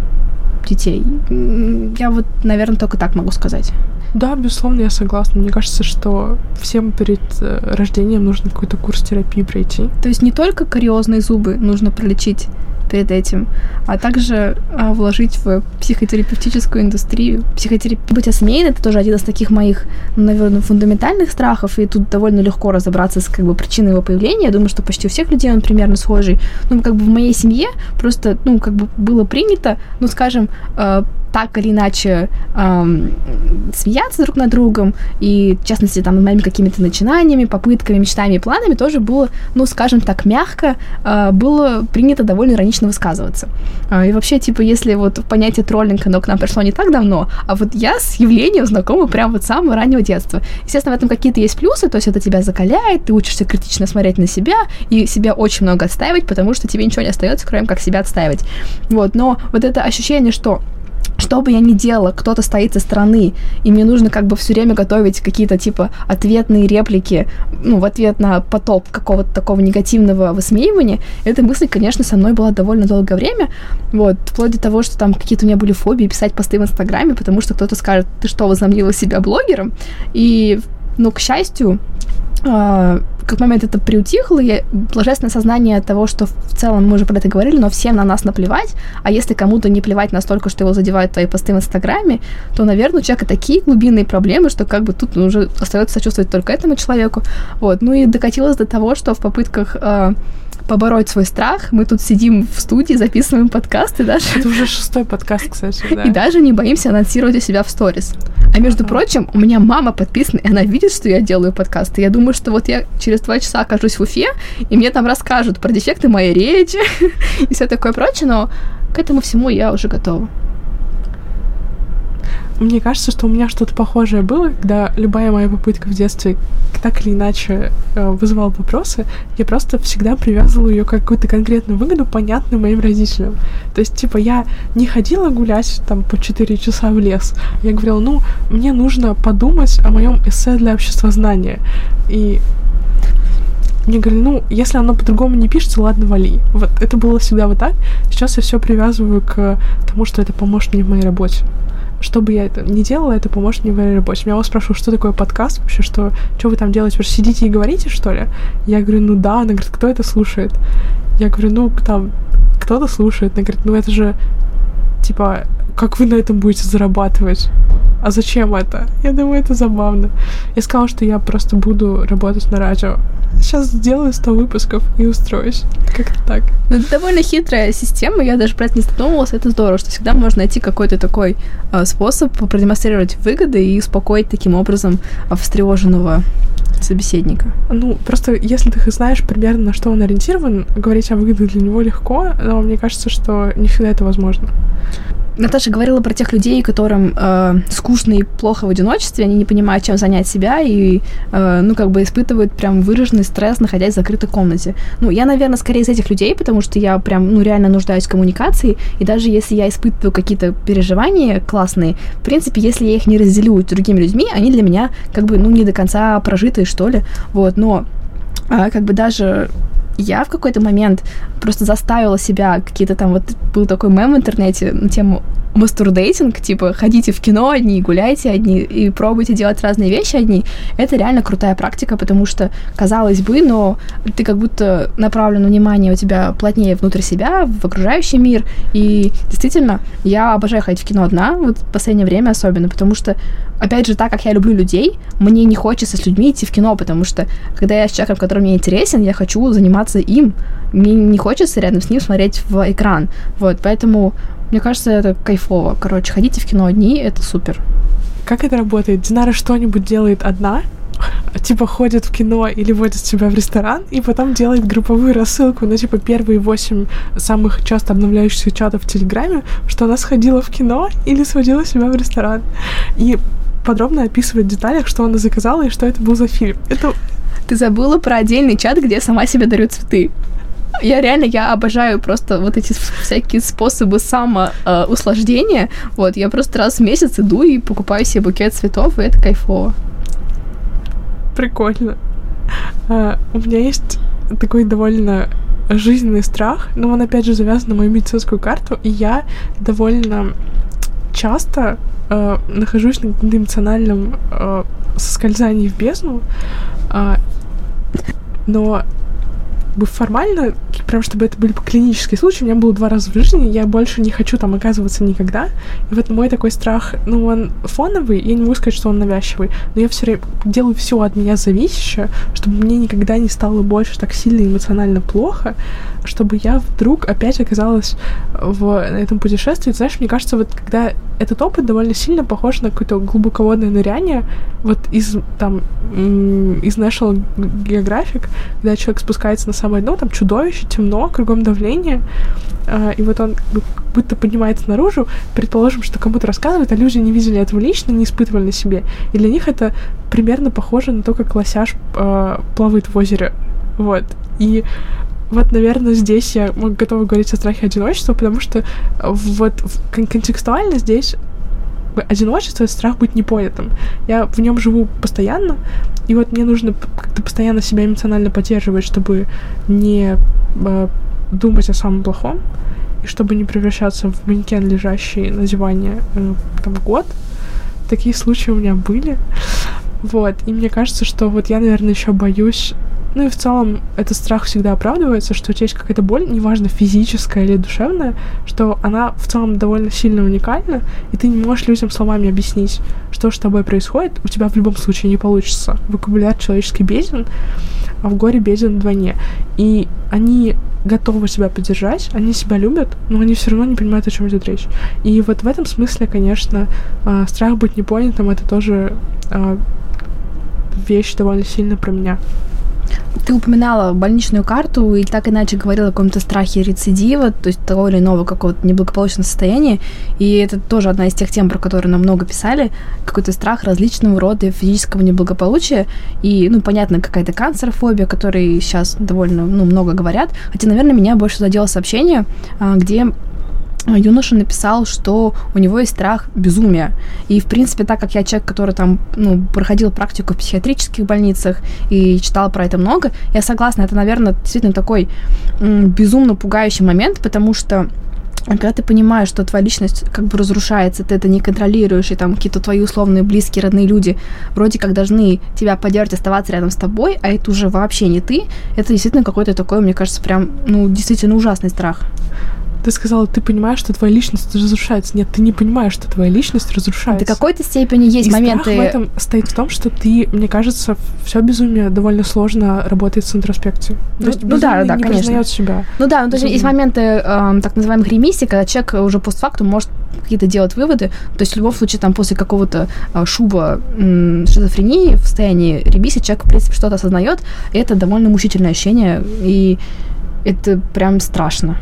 A: детей. Я вот, наверное, только так могу сказать.
B: Да, безусловно, я согласна. Мне кажется, что всем перед э, рождением нужно какой-то курс терапии пройти.
A: То есть не только кариозные зубы нужно пролечить перед этим, а также а, вложить в психотерапевтическую индустрию. Психотерапия быть осмеян — это тоже один из таких моих, наверное, фундаментальных страхов, и тут довольно легко разобраться с как бы причиной его появления. Я думаю, что почти у всех людей он примерно схожий. Ну, как бы в моей семье просто, ну, как бы было принято, ну, скажем, э, так или иначе эм, смеяться друг над другом, и, в частности, там, над моими какими-то начинаниями, попытками, мечтами и планами тоже было, ну, скажем так, мягко, э, было принято довольно иронично высказываться. Э, и вообще, типа, если вот понятие троллинга, оно к нам пришло не так давно, а вот я с явлением знакома прям вот с самого раннего детства. Естественно, в этом какие-то есть плюсы, то есть это тебя закаляет, ты учишься критично смотреть на себя и себя очень много отстаивать, потому что тебе ничего не остается, кроме как себя отстаивать. Вот, но вот это ощущение, что что бы я ни делала, кто-то стоит со стороны, и мне нужно как бы все время готовить какие-то типа ответные реплики, ну, в ответ на поток какого-то такого негативного высмеивания. Эта мысль, конечно, со мной была довольно долгое время, вот, вплоть до того, что там какие-то у меня были фобии писать посты в Инстаграме, потому что кто-то скажет, ты что, возомнила себя блогером? И, ну, к счастью, в какой момент это приутихло, и блаженное сознание того, что в целом, мы уже про это говорили, но всем на нас наплевать, а если кому-то не плевать настолько, что его задевают твои посты в Инстаграме, то, наверное, у человека такие глубинные проблемы, что как бы тут уже остается сочувствовать только этому человеку. Вот. Ну и докатилось до того, что в попытках э, побороть свой страх мы тут сидим в студии, записываем подкасты даже.
B: Это уже шестой подкаст, кстати, да.
A: И даже не боимся анонсировать у себя в сторис. А между прочим, у меня мама подписана, и она видит, что я делаю подкасты. Я думаю, что вот я через через два часа окажусь в Уфе, и мне там расскажут про дефекты моей речи и все такое прочее, но к этому всему я уже готова.
B: Мне кажется, что у меня что-то похожее было, когда любая моя попытка в детстве так или иначе э, вызывала вопросы, я просто всегда привязывала ее к какую-то конкретную выгоду, понятную моим родителям. То есть, типа, я не ходила гулять там по четыре часа в лес. Я говорила, ну, мне нужно подумать о моем эссе для обществознания. И мне говорили, ну, если оно по-другому не пишется, ладно, вали. Вот это было всегда вот так. Сейчас я все привязываю к тому, что это поможет мне в моей работе. Что бы я это ни делала, это поможет мне в моей работе. Меня вас спрашивают, что такое подкаст вообще, что, что вы там делаете? Вы же сидите и говорите, что ли? Я говорю, ну да. Она говорит, кто это слушает? Я говорю, ну, там, кто-то слушает. Она говорит, ну это же, типа, как вы на этом будете зарабатывать? А зачем это? Я думаю, это забавно. Я сказала, что я просто буду работать на радио. Сейчас сделаю сто выпусков и устроюсь. Как-то так.
A: Ну, это довольно хитрая система, я даже про это не задумывалась. Это здорово, что всегда можно найти какой-то такой э, способ продемонстрировать выгоды и успокоить таким образом встревоженного собеседника.
B: Ну, просто если ты знаешь примерно, на что он ориентирован, говорить о выгодах для него легко, но мне кажется, что не всегда это возможно.
A: Наташа говорила про тех людей, которым э, скучно и плохо в одиночестве, они не понимают, чем занять себя, и, э, ну, как бы испытывают прям выраженный стресс, находясь в закрытой комнате. Ну, я, наверное, скорее из этих людей, потому что я прям, ну, реально нуждаюсь в коммуникации, и даже если я испытываю какие-то переживания классные, в принципе, если я их не разделю с другими людьми, они для меня, как бы, ну, не до конца прожитые, что ли, вот, но, э, как бы, даже... Я в какой-то момент просто заставила себя, какие-то там, вот был такой мем в интернете на тему мастурдейтинг, типа, ходите в кино одни, гуляйте одни и пробуйте делать разные вещи одни. Это реально крутая практика, потому что, казалось бы, но ты как будто направлен внимание у тебя плотнее внутрь себя, в окружающий мир, и действительно, я обожаю ходить в кино одна, вот в последнее время особенно, потому что, опять же, так как я люблю людей, мне не хочется с людьми идти в кино, потому что, когда я с человеком, который мне интересен, я хочу заниматься им, мне не хочется рядом с ним смотреть в экран, вот, поэтому... Мне кажется, это кайфово. Короче, ходите в кино одни, это супер.
B: Как это работает? Динара что-нибудь делает одна, типа ходит в кино или водит себя в ресторан, и потом делает групповую рассылку на, типа, первые восемь самых часто обновляющихся чатов в Телеграме, что она сходила в кино или сводила себя в ресторан. И подробно описывает в деталях, что она заказала и что это был за фильм. Это...
A: Ты забыла про отдельный чат, где я сама себе дарю цветы. Я реально, я обожаю просто вот эти всякие способы самоуслаждения. Вот, я просто раз в месяц иду и покупаю себе букет цветов, и это кайфово.
B: Прикольно. А, у меня есть такой довольно жизненный страх, но он, опять же, завязан на мою медицинскую карту, и я довольно часто э, нахожусь на каком-то эмоциональном э, соскользании в бездну, э, но формально, прям чтобы это были клинические случаи, у меня было два раза в жизни, я больше не хочу там оказываться никогда. И вот мой такой страх, ну, он фоновый, я не могу сказать, что он навязчивый, но я все время делаю все от меня зависящее, чтобы мне никогда не стало больше так сильно эмоционально плохо, чтобы я вдруг опять оказалась в этом путешествии. Знаешь, мне кажется, вот когда этот опыт довольно сильно похож на какое-то глубоководное ныряние, вот из, там, из National Geographic, когда человек спускается на самое дно, там чудовище, темно, кругом давление, э, и вот он будто поднимается наружу, предположим, что кому-то рассказывает, а люди не видели этого лично, не испытывали на себе, и для них это примерно похоже на то, как лосяш э, плавает в озере, вот, и вот, наверное, здесь я готова говорить о страхе одиночества, потому что вот кон- контекстуально здесь одиночество — это страх быть непонятым. Я в нем живу постоянно, и вот мне нужно как-то постоянно себя эмоционально поддерживать, чтобы не э, думать о самом плохом, и чтобы не превращаться в манекен, лежащий на диване э, там год. Такие случаи у меня были. Вот, и мне кажется, что вот я, наверное, еще боюсь. Ну и в целом этот страх всегда оправдывается, что у тебя есть какая-то боль, неважно, физическая или душевная, что она в целом довольно сильно уникальна, и ты не можешь людям словами объяснить, что с тобой происходит, у тебя в любом случае не получится. Вокабуляр человеческий беден, а в горе беден вдвойне. И они готовы себя поддержать, они себя любят, но они все равно не понимают, о чем идет речь. И вот в этом смысле, конечно, страх быть непонятым — это тоже вещь довольно сильно про меня.
A: Ты упоминала больничную карту и так иначе говорила о каком-то страхе рецидива, то есть того или иного какого-то неблагополучного состояния, и это тоже одна из тех тем, про которые нам много писали, какой-то страх различного рода физического неблагополучия, и, ну, понятно, какая-то канцерофобия, о которой сейчас довольно, ну, много говорят, хотя, наверное, меня больше задело сообщение, где юноша написал, что у него есть страх безумия. И, в принципе, так как я человек, который там, ну, проходил практику в психиатрических больницах и читал про это много, я согласна, это, наверное, действительно такой м, безумно пугающий момент, потому что когда ты понимаешь, что твоя личность как бы разрушается, ты это не контролируешь, и там какие-то твои условные близкие, родные люди вроде как должны тебя поддерживать, оставаться рядом с тобой, а это уже вообще не ты, это действительно какой-то такой, мне кажется, прям, ну, действительно ужасный страх.
B: Ты сказала, ты понимаешь, что твоя личность разрушается. Нет, ты не понимаешь, что твоя личность разрушается.
A: До какой-то степени есть
B: и
A: моменты...
B: страх в этом стоит в том, что ты, мне кажется, все безумие довольно сложно работает с интроспекцией.
A: Ну,
B: то есть
A: ну да, да,
B: не
A: конечно.
B: признает себя.
A: Ну да, ну, то есть есть моменты э, так называемых ремиссий, когда человек уже постфактум может какие-то делать выводы. То есть в любом случае там после какого-то э, шуба э, шизофрении в состоянии ремиссии человек, в принципе, что-то осознает, и это довольно мучительное ощущение, и это прям страшно.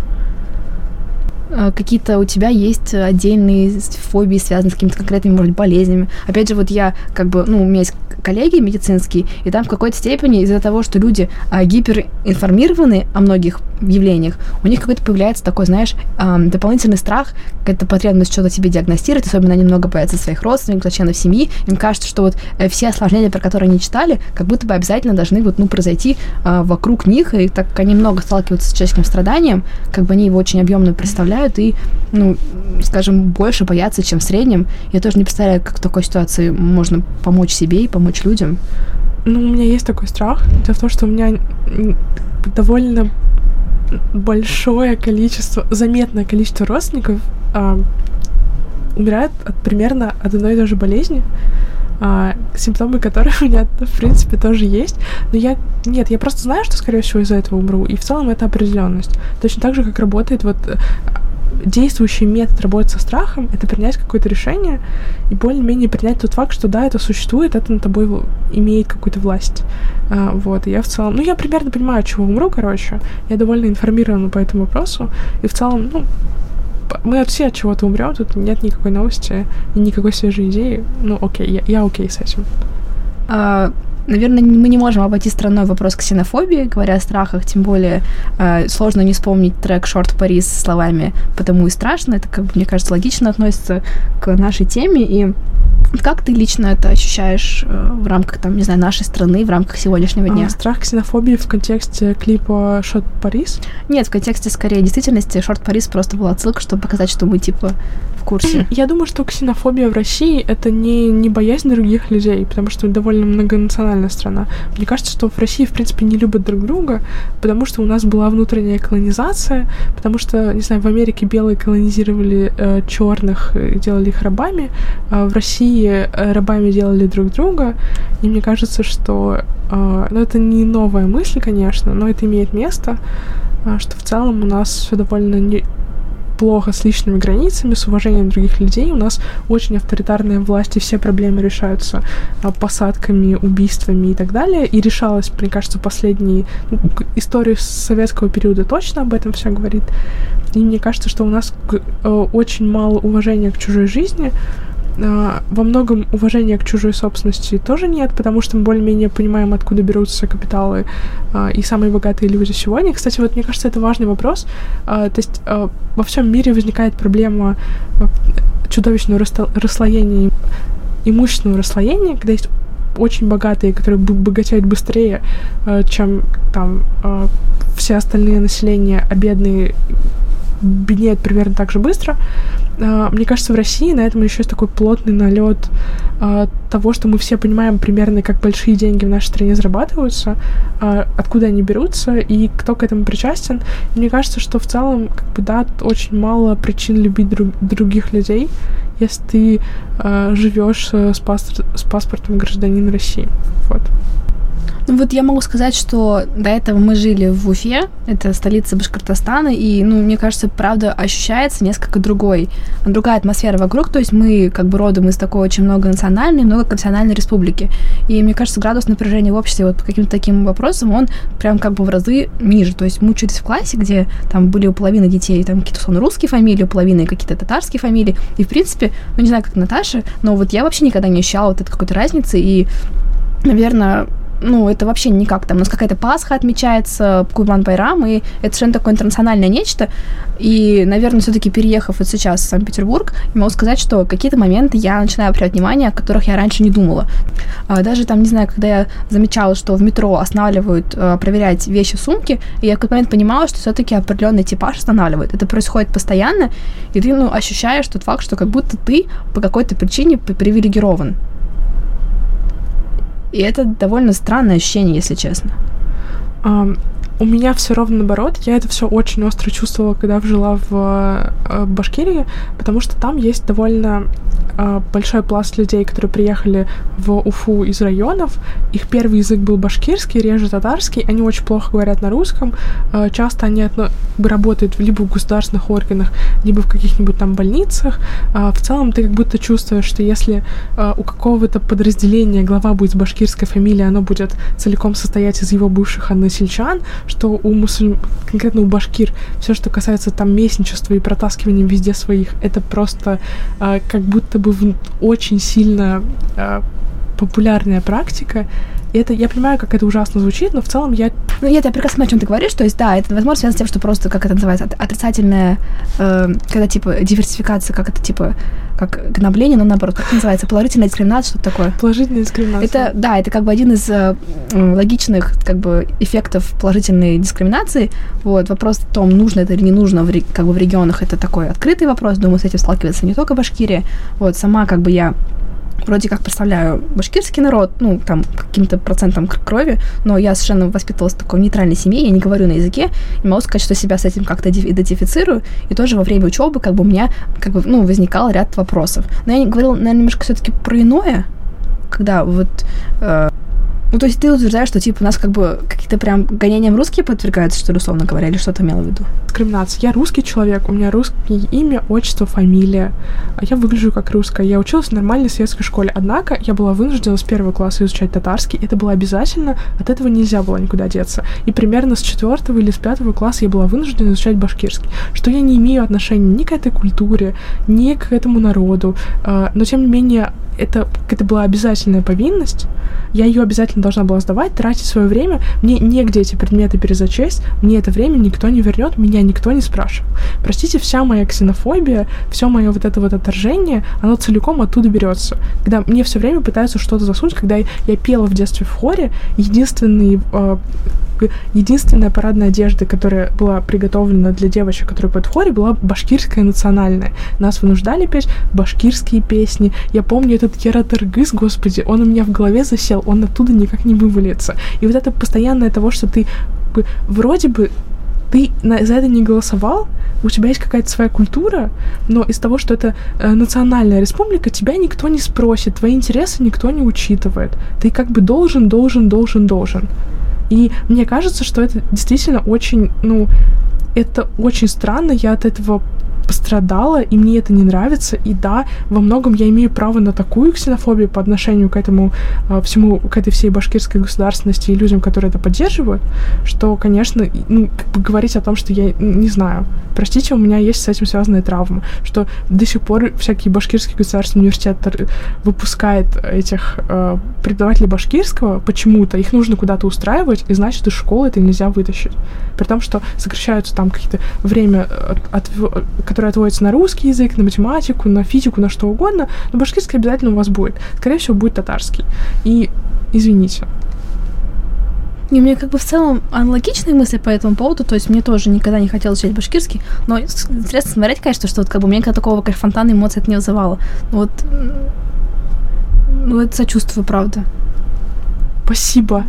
A: Какие-то у тебя есть отдельные фобии, связанные с какими-то конкретными, может быть, болезнями. Опять же, вот я, как бы, ну, у меня есть коллеги медицинские, и там в какой-то степени из-за того, что люди а, гиперинформированы о многих явлениях, у них какой-то появляется такой, знаешь, а, дополнительный страх, какая-то потребность что-то себе диагностировать, особенно они много боятся своих родственников, членов семьи. Им кажется, что вот э, все осложнения, про которые они читали, как будто бы обязательно должны вот, ну, произойти а, вокруг них, и так как они много сталкиваются с человеческим страданием, как бы они его очень объемно представляют, и, ну, скажем, больше боятся, чем в среднем. Я тоже не представляю, как в такой ситуации можно помочь себе и помочь людям.
B: Ну, у меня есть такой страх. Дело в том, что у меня довольно большое количество, заметное количество родственников а, умирает от примерно одной и той же болезни, а, симптомы которой у меня, в принципе, тоже есть. Но я... Нет, я просто знаю, что, скорее всего, из-за этого умру. И в целом это определенность. Точно так же, как работает вот... Действующий метод работы со страхом — это принять какое-то решение и более-менее принять тот факт, что да, это существует, это над тобой имеет какую-то власть. А, вот, и я в целом... Ну, я примерно понимаю, от чего умру, короче. Я довольно информирована по этому вопросу. И в целом, ну, мы все от чего-то умрем, тут нет никакой новости и никакой свежей идеи. Ну, окей, я, я окей с этим.
A: А... Наверное, мы не можем обойти стороной вопрос ксенофобии, говоря о страхах, тем более э, сложно не вспомнить трек «Short Paris» с словами «потому и страшно». Это, как бы, мне кажется, логично относится к нашей теме. И как ты лично это ощущаешь э, в рамках, там, не знаю, нашей страны, в рамках сегодняшнего дня?
B: А, страх ксенофобии в контексте клипа «Short Paris»?
A: Нет, в контексте, скорее, действительности. «Short Paris» просто была отсылка, чтобы показать, что мы, типа, в курсе.
B: Я думаю, что ксенофобия в России — это не, не боязнь других людей, потому что довольно многонациональная страна. Мне кажется, что в России, в принципе, не любят друг друга, потому что у нас была внутренняя колонизация, потому что, не знаю, в Америке белые колонизировали э, черных, делали их рабами, а в России э, рабами делали друг друга, и мне кажется, что э, ну, это не новая мысль, конечно, но это имеет место, э, что в целом у нас все довольно не плохо с личными границами, с уважением других людей. У нас очень авторитарная власть, и все проблемы решаются а, посадками, убийствами и так далее. И решалось, мне кажется, последние... Ну, историю советского периода точно об этом все говорит. И мне кажется, что у нас э, очень мало уважения к чужой жизни. Uh, во многом уважения к чужой собственности тоже нет, потому что мы более-менее понимаем, откуда берутся капиталы uh, и самые богатые люди сегодня. Кстати, вот мне кажется, это важный вопрос. Uh, то есть uh, во всем мире возникает проблема uh, чудовищного рассто- расслоения, имущественного расслоения, когда есть очень богатые, которые богатеют быстрее, uh, чем там uh, все остальные населения, а бедные беднеют примерно так же быстро. Uh, мне кажется, в России на этом еще есть такой плотный налет uh, того, что мы все понимаем примерно, как большие деньги в нашей стране зарабатываются, uh, откуда они берутся и кто к этому причастен. И мне кажется, что в целом, как бы, да, очень мало причин любить друг- других людей, если ты uh, живешь uh, с, паспорт- с паспортом гражданина России. Вот.
A: Ну вот я могу сказать, что до этого мы жили в Уфе, это столица Башкортостана, и, ну, мне кажется, правда, ощущается несколько другой, другая атмосфера вокруг, то есть мы как бы родом из такой очень многонациональной, многоконфессиональной республики, и мне кажется, градус напряжения в обществе вот по каким-то таким вопросам, он прям как бы в разы ниже, то есть мы учились в классе, где там были у половины детей там какие-то условно русские фамилии, у половины какие-то татарские фамилии, и в принципе, ну не знаю, как Наташа, но вот я вообще никогда не ощущала вот этой какой-то разницы, и, наверное, ну, это вообще никак там. У нас какая-то Пасха отмечается, Курбан-Байрам, и это совершенно такое интернациональное нечто. И, наверное, все-таки переехав вот сейчас в Санкт-Петербург, я могу сказать, что какие-то моменты я начинаю обращать внимание, о которых я раньше не думала. Даже там, не знаю, когда я замечала, что в метро останавливают проверять вещи, сумки, и я в какой-то момент понимала, что все-таки определенный типаж останавливает. Это происходит постоянно, и ты, ну, ощущаешь тот факт, что как будто ты по какой-то причине привилегирован. И это довольно странное ощущение, если честно.
B: Um, у меня все ровно наоборот. Я это все очень остро чувствовала, когда жила в uh, Башкирии, потому что там есть довольно uh, большой пласт людей, которые приехали в Уфу из районов. Их первый язык был башкирский, реже татарский. Они очень плохо говорят на русском. Uh, часто они отно- работают либо в государственных органах, либо в каких-нибудь там больницах. Uh, в целом ты как будто чувствуешь, что если uh, у какого-то подразделения глава будет с башкирской фамилией, оно будет целиком состоять из его бывших односельчан, что у мусульм... конкретно у башкир все, что касается там местничества и протаскивания везде своих, это просто э, как будто бы в... очень сильно э, популярная практика. И это, я понимаю, как это ужасно звучит, но в целом я...
A: Ну, я тебя прекрасно понимаю, о чем ты говоришь, то есть, да, это, возможно, связано с тем, что просто, как это называется, отрицательная, э, когда, типа, диверсификация, как это, типа, как гнобление, но, наоборот, как это называется, положительная дискриминация, что-то такое.
B: Положительная дискриминация.
A: Это, да, это как бы один из э, логичных, как бы, эффектов положительной дискриминации. Вот, вопрос в том, нужно это или не нужно, в, как бы, в регионах, это такой открытый вопрос, думаю, с этим сталкивается не только Башкирия. Вот, сама, как бы, я вроде как представляю башкирский народ, ну, там, каким-то процентом крови, но я совершенно воспитывалась в такой нейтральной семье, я не говорю на языке, и могу сказать, что себя с этим как-то идентифицирую, и тоже во время учебы, как бы, у меня, как бы, ну, возникал ряд вопросов. Но я говорила, наверное, немножко все-таки про иное, когда вот... Э, ну, то есть ты утверждаешь, что, типа, у нас как бы какие-то прям гонениям русские подвергаются, что ли, условно говоря, или что ты имела в виду?
B: Дискриминация. Я русский человек, у меня русское имя, отчество, фамилия. Я выгляжу как русская. Я училась в нормальной советской школе, однако я была вынуждена с первого класса изучать татарский. Это было обязательно, от этого нельзя было никуда деться. И примерно с четвертого или с пятого класса я была вынуждена изучать башкирский, что я не имею отношения ни к этой культуре, ни к этому народу. Но, тем не менее, это, это была обязательная повинность. Я ее обязательно должна была сдавать, тратить свое время. Мне негде эти предметы перезачесть. Мне это время никто не вернет, меня никто не спрашивал. Простите, вся моя ксенофобия, все мое вот это вот отторжение, оно целиком оттуда берется. Когда мне все время пытаются что-то засунуть, когда я, я пела в детстве в хоре, единственный... Э, единственная парадная одежда, которая была приготовлена для девочек, которые поют в хоре, была башкирская национальная. Нас вынуждали петь башкирские песни. Я помню этот Яратыргыз, господи, он у меня в голове засел, он оттуда никак не вывалится. И вот это постоянное того, что ты вроде бы ты на, за это не голосовал, у тебя есть какая-то своя культура, но из того, что это э, национальная республика, тебя никто не спросит, твои интересы никто не учитывает. Ты как бы должен, должен, должен, должен. И мне кажется, что это действительно очень, ну, это очень странно, я от этого пострадала, и мне это не нравится, и да, во многом я имею право на такую ксенофобию по отношению к этому э, всему, к этой всей башкирской государственности и людям, которые это поддерживают, что, конечно, ну, как бы говорить о том, что я не знаю, простите, у меня есть с этим связанная травма, что до сих пор всякий башкирский государственный университет выпускает этих э, преподавателей башкирского почему-то, их нужно куда-то устраивать, и значит, из школы это нельзя вытащить. При том, что сокращаются там какие-то время, от, от, которое отводится на русский язык, на математику, на физику, на что угодно, но башкирский обязательно у вас будет. Скорее всего, будет татарский. И извините.
A: И у меня как бы в целом аналогичные мысли по этому поводу, то есть мне тоже никогда не хотелось учить башкирский, но интересно смотреть, конечно, что вот как бы у меня никогда такого, конечно, фонтана эмоций это не вызывало. Вот, ну это сочувствую, правда.
B: Спасибо.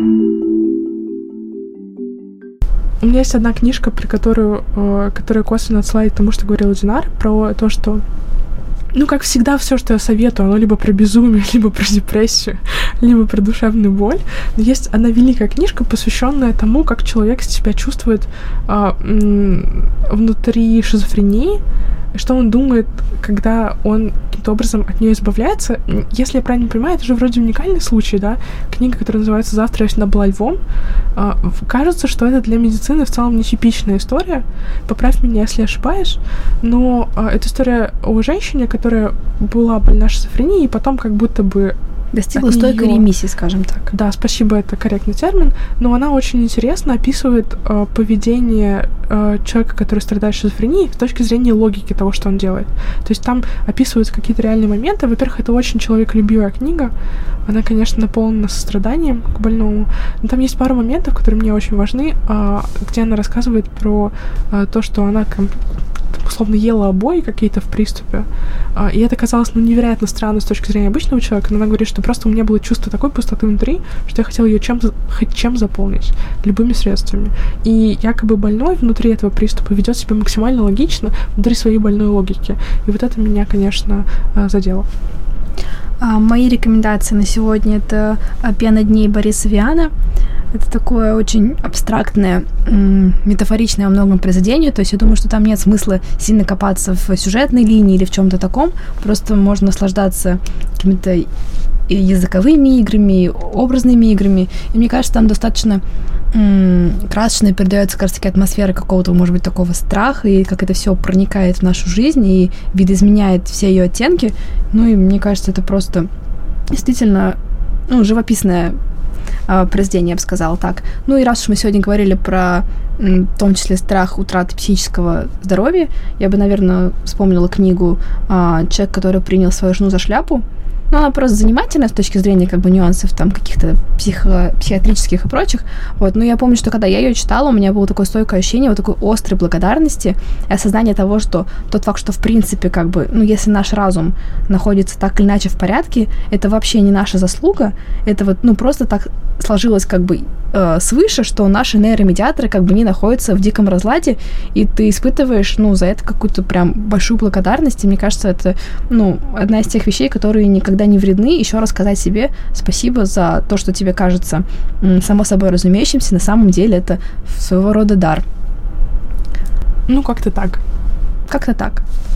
B: У меня есть одна книжка, про которую, э, которая косвенно отсылает к тому, что говорила Динар, про то, что ну, как всегда, все, что я советую, оно либо про безумие, либо про депрессию, либо про душевную боль. Но есть одна великая книжка, посвященная тому, как человек себя чувствует а, м- внутри шизофрении, что он думает, когда он каким-то образом от нее избавляется. Если я правильно понимаю, это же вроде уникальный случай, да? Книга, которая называется «Завтра я была львом». А, кажется, что это для медицины в целом нетипичная история. Поправь меня, если ошибаюсь. Но а, это история о женщине, которая была больна шизофренией, и потом как будто бы
A: достигла стойкой неё... ремиссии, скажем так.
B: Да, спасибо, это корректный термин. Но она очень интересно описывает э, поведение э, человека, который страдает шизофренией, с точки зрения логики того, что он делает. То есть там описываются какие-то реальные моменты. Во-первых, это очень человеколюбивая книга. Она, конечно, наполнена состраданием к больному. Но там есть пару моментов, которые мне очень важны, э, где она рассказывает про э, то, что она ком- условно ела обои какие-то в приступе. И это казалось, ну, невероятно странно с точки зрения обычного человека, но она говорит, что просто у меня было чувство такой пустоты внутри, что я хотела ее чем, хоть чем заполнить, любыми средствами. И якобы больной внутри этого приступа ведет себя максимально логично внутри своей больной логики. И вот это меня, конечно, задело.
A: А, мои рекомендации на сегодня — это «Пена дней» Бориса Виана. Это такое очень абстрактное, м- метафоричное во многом произведение, то есть я думаю, что там нет смысла сильно копаться в сюжетной линии или в чем-то таком, просто можно наслаждаться какими-то языковыми играми, образными играми, и мне кажется, там достаточно м- красочно передается как раз-таки атмосфера какого-то, может быть, такого страха, и как это все проникает в нашу жизнь и видоизменяет все ее оттенки, ну и мне кажется, это просто действительно, ну, живописное произведение, я бы сказала так. Ну и раз уж мы сегодня говорили про, в том числе, страх утраты психического здоровья, я бы, наверное, вспомнила книгу «Человек, который принял свою жену за шляпу». Ну, она просто занимательная с точки зрения как бы нюансов там каких-то психо- психиатрических и прочих. Вот. Но я помню, что когда я ее читала, у меня было такое стойкое ощущение вот такой острой благодарности и осознание того, что тот факт, что в принципе как бы, ну, если наш разум находится так или иначе в порядке, это вообще не наша заслуга, это вот, ну, просто так сложилось как бы э, свыше, что наши нейромедиаторы как бы не находятся в диком разладе, и ты испытываешь, ну, за это какую-то прям большую благодарность, и мне кажется, это, ну, одна из тех вещей, которые никогда не вредны, еще раз сказать себе спасибо за то, что тебе кажется м, само собой разумеющимся, на самом деле это своего рода дар.
B: Ну, как-то так.
A: Как-то так.